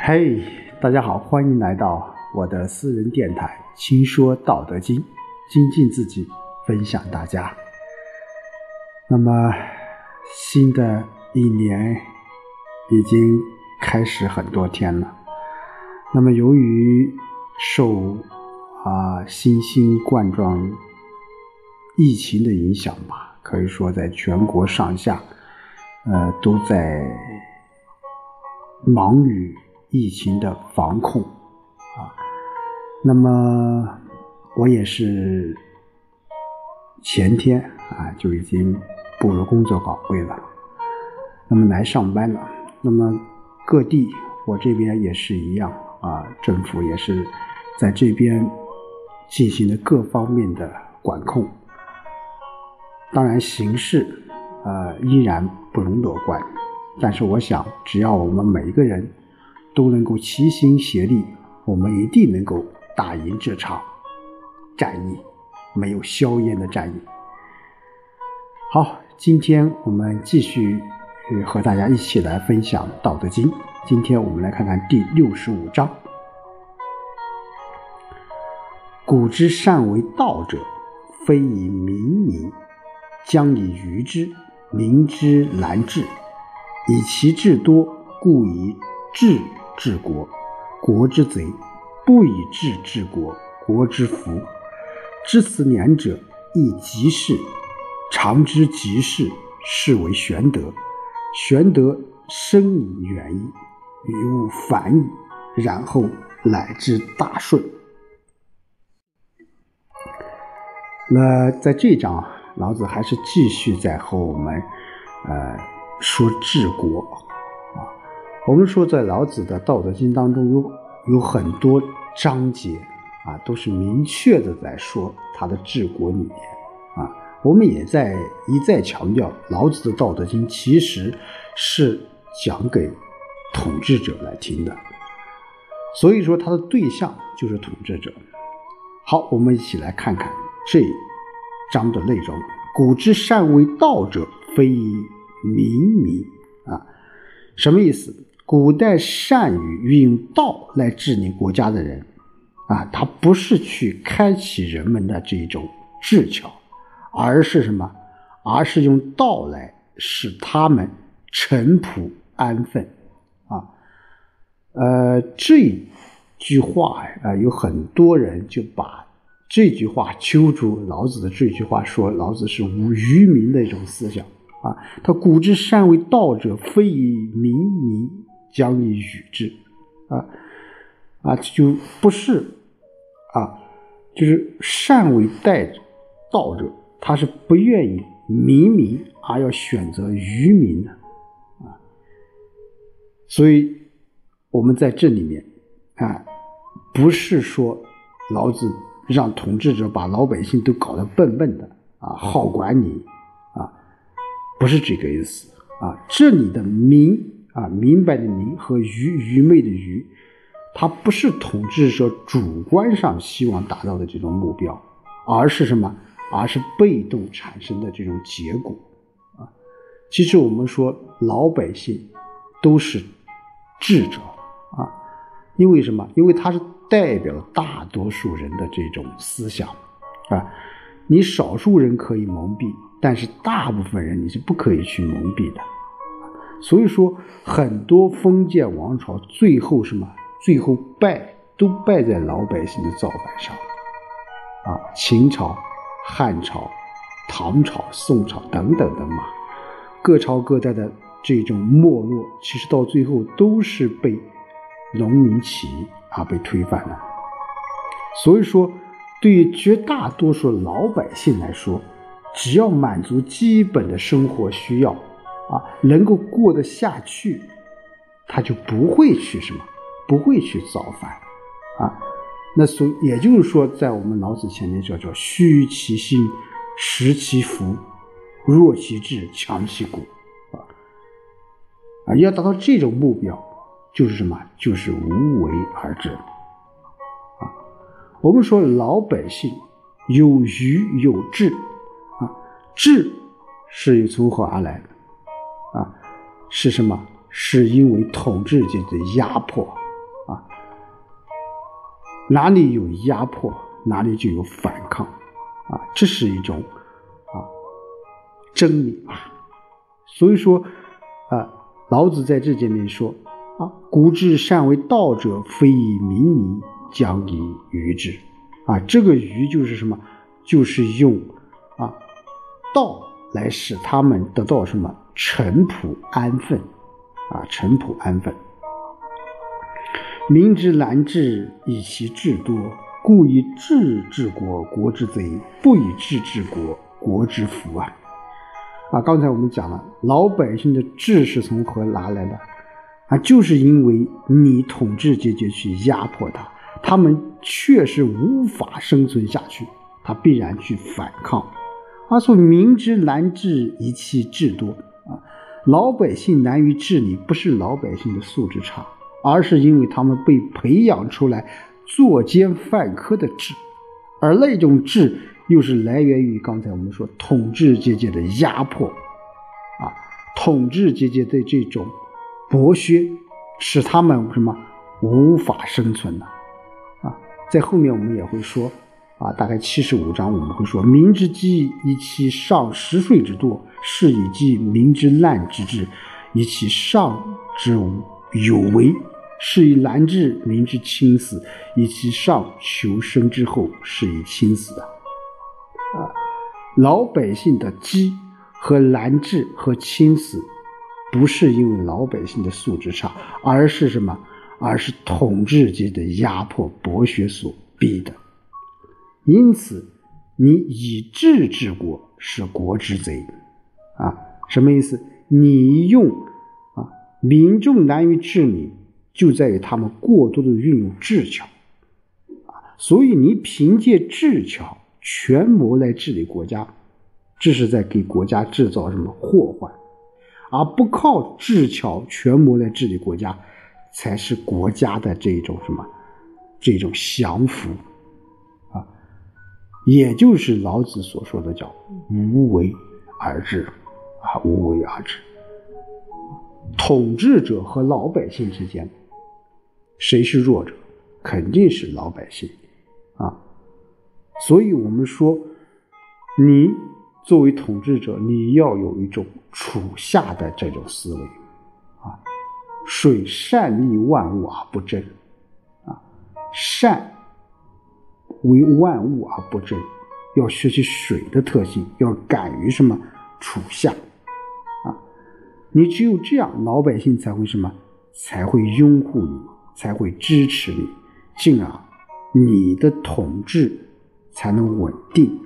嘿，大家好，欢迎来到我的私人电台轻说道德经，精进自己，分享大家。那么新的一年已经开始很多天了，那么由于受新兴冠状疫情的影响吧，可以说在全国上下都在忙于疫情的防控那么我也是前天就已经步入工作岗位了，那么来上班了。那么各地我这边也是一样政府也是在这边进行了各方面的管控，当然形势依然不容乐观，但是我想只要我们每一个人都能够齐心协力，我们一定能够打赢这场战役，没有硝烟的战役。好，今天我们继续和大家一起来分享《道德经》。今天我们来看看第65章。古之善为道者，非以明民，将以愚之，民之难治。以其智多，故以智治国，国之贼；不以智治国，国之福。知此两者，亦即是。常知即是，是为玄德。玄德深以远矣，于物反矣，然后乃至大顺。那在这一章老子还是继续在和我们说治国我们说在老子的道德经当中有很多章节都是明确的在说他的治国理念我们也一再强调，老子的道德经其实是讲给统治者来听的，所以说他的对象就是统治者。好，我们一起来看看这一章的内容。古之善为道者，非以明民什么意思？古代善于运用道来治理国家的人他不是去开启人们的这种智巧，而是什么？而是用道来使他们淳朴安分这句话有很多人就把这句话揪住老子的这句话，说老子是无愚民的一种思想他古之善为道者，非以明民，将以愚之就不是就是善为道者，他是不愿意明民而要选择愚民的所以我们在这里面不是说老子让统治者把老百姓都搞得笨笨的好管理不是这个意思这里的明明白的明和愚昧的愚，它不是统治者主观上希望达到的这种目标，而是什么？而是被动产生的这种结果其实我们说老百姓都是智者因为什么？因为它是代表大多数人的这种思想你少数人可以蒙蔽，但是大部分人你是不可以去蒙蔽的所以说很多封建王朝最后什么？最后都败在老百姓的造反上秦朝、汉朝、唐朝、宋朝等等的各朝各代的这种没落，其实到最后都是被农民起义被推翻了。所以说对于绝大多数老百姓来说，只要满足基本的生活需要能够过得下去，他就不会去什么？不会去造反那也就是说，在我们老子前面叫虚其心，实其福，弱其志，强其骨要达到这种目标，就是什么？就是无为而治我们说老百姓有愚有智智是从何而来的是什么？是因为统治阶级的压迫哪里有压迫，哪里就有反抗这是一种真理所以说老子在这里面说古之善为道者，非以明民，将以愚之这个愚就是什么？就是用道来使他们得到什么？淳朴安分淳朴安分。民之难治，以其智多，故以智治国，国之贼；不以智治国，国之福刚才我们讲了，老百姓的智是从何拿来的就是因为你统治阶级去压迫他们确实无法生存下去，他必然去反抗所以民之难治，以其智多老百姓难于治理，不是老百姓的素质差，而是因为他们被培养出来作奸犯科的智，而那种智又是来源于刚才我们说统治阶级的压迫统治阶级的这种剥削，使他们什么无法生存在后面我们也会说大概75章我们会说，民之饥，以其上10岁之惰，是以济民之难之治，以其上之有为，是以难治民之轻死，以其上求生之后，是以轻死老百姓的饥和难治和轻死，不是因为老百姓的素质差，而是什么？而是统治阶级的压迫剥削所逼的。因此你以智治国，是国之贼什么意思？你用民众难于治理，就在于他们过多的运用智巧所以你凭借智巧权谋来治理国家，这是在给国家制造什么祸患，而不靠智巧权谋来治理国家，才是国家的这种什么？这种降服也就是老子所说的叫无为而治无为而治。统治者和老百姓之间，谁是弱者？肯定是老百姓所以我们说，你作为统治者，你要有一种处下的这种思维水善利万物而不争善为万物而不争，要学习水的特性，要敢于什么处下你只有这样，老百姓才会什么？才会拥护你，才会支持你，进而你的统治才能稳定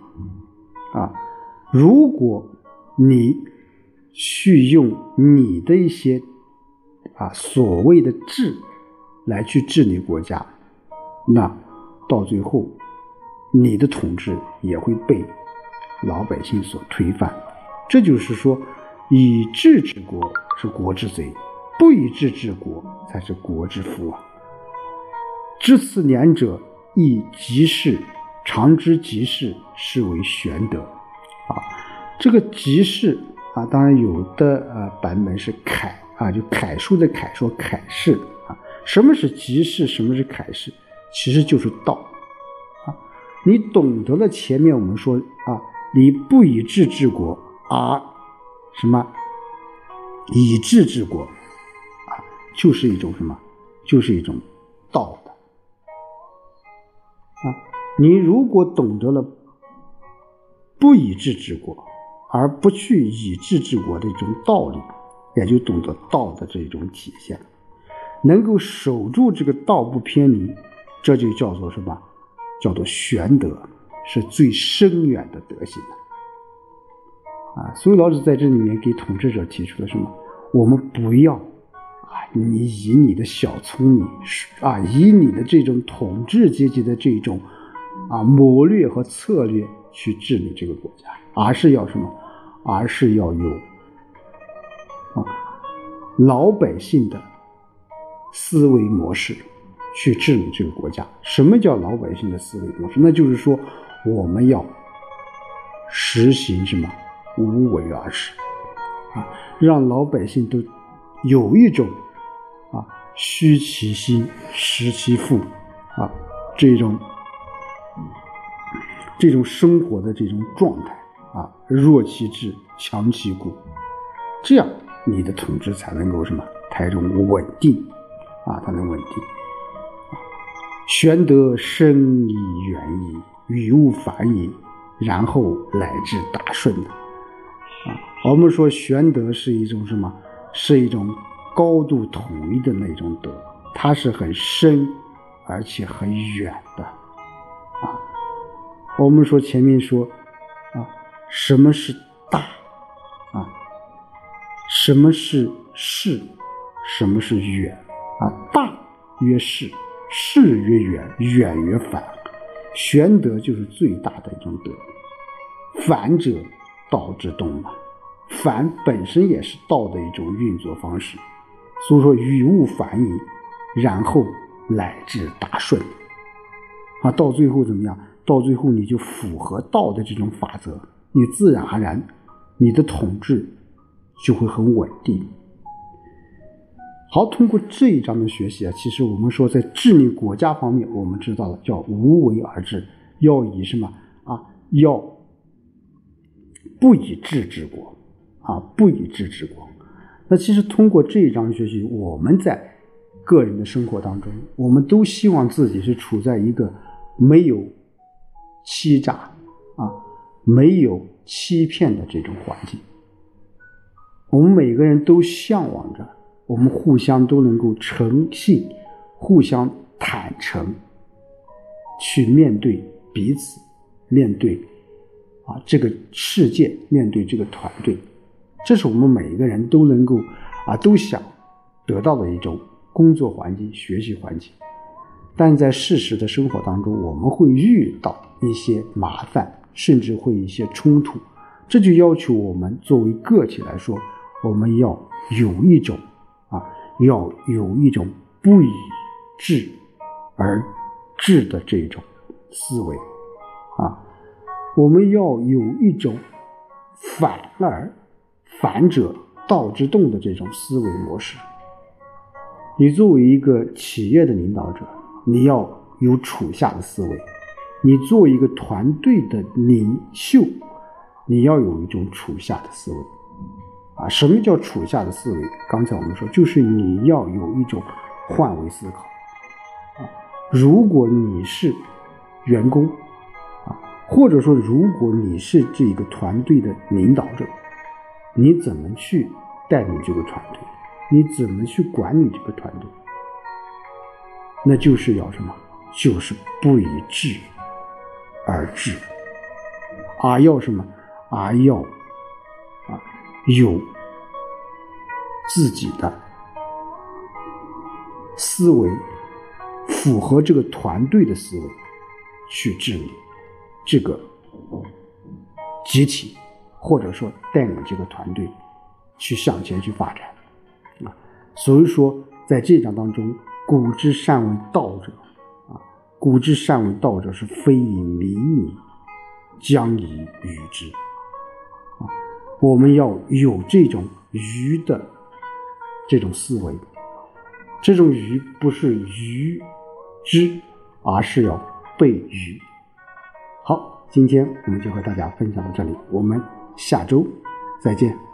如果你去用你的一些所谓的智来去治理国家，那到最后你的统治也会被老百姓所推翻。这就是说，以智治国是国之贼，不以智治国才是国之福知此两者，亦即是常知即是，是为玄德这个即是当然有的版本是楷就楷书的楷说楷是什么是即是，什么是楷是？其实就是道你懂得了前面我们说你不以智治国，而什么以智治国就是一种什么？就是一种道的你如果懂得了不以智治国，而不去以智治国的一种道理，也就懂得道的这种体现，能够守住这个道不偏离，这就叫做什么？叫做玄德，是最深远的德行所以老子在这里面给统治者提出了什么？我们不要你以你的小聪明以你的这种统治阶级的这种谋略和策略去治理这个国家，而是要什么？而是要有老百姓的思维模式去治理这个国家。什么叫老百姓的思维模式？那就是说我们要实行什么？无为而治让老百姓都有一种虚其心实其腹这种生活的这种状态啊，弱其志，强其骨，这样你的统治才能够什么？台中稳定啊，它能稳定。玄德深矣远矣，与物反矣，然后乃至大顺的啊。我们说玄德是一种什么？是一种高度统一的那种德，它是很深而且很远的啊。我们说前面说啊，什么是大啊？什么是势？什么是远啊？大曰势，势曰远，远曰反。玄德就是最大的一种德。反者，道之动嘛。反本身也是道的一种运作方式，所以说与物反矣，然后乃至大顺啊。到最后怎么样？到最后你就符合道的这种法则，你自然而然你的统治就会很稳定。好，通过这一章的学习啊，其实我们说在治理国家方面，我们知道了叫无为而治，要以什么啊？要不以治治国啊，不以治治国。那其实通过这一章学习，我们在个人的生活当中，我们都希望自己是处在一个没有欺诈啊，没有欺骗的这种环境。我们每个人都向往着我们互相都能够诚信，互相坦诚去面对彼此，面对这个世界，面对这个团队。这是我们每一个人都能够都想得到的一种工作环境，学习环境。但在事实的生活当中，我们会遇到一些麻烦，甚至会一些冲突。这就要求我们作为个体来说，我们要有一种不以治而治的这种思维啊，我们要有一种反者道之动的这种思维模式。你作为一个企业的领导者，你要有处下的思维；你作为一个团队的领袖，你要有一种处下的思维。什么叫处下的思维？刚才我们说，就是你要有一种换位思考。如果你是员工或者说如果你是这个团队的领导者，你怎么去带领这个团队？你怎么去管理这个团队？那就是要什么？就是不以治而治，要什么？要有自己的思维，符合这个团队的思维去治理这个集体，或者说带领这个团队去向前去发展所以说在这章当中，古之善为道者古之善为道者，是非以民矣，将以愚之我们要有这种愚的这种思维，这种愚不是愚之，而是要备愚。好，今天我们就和大家分享到这里，我们下周再见。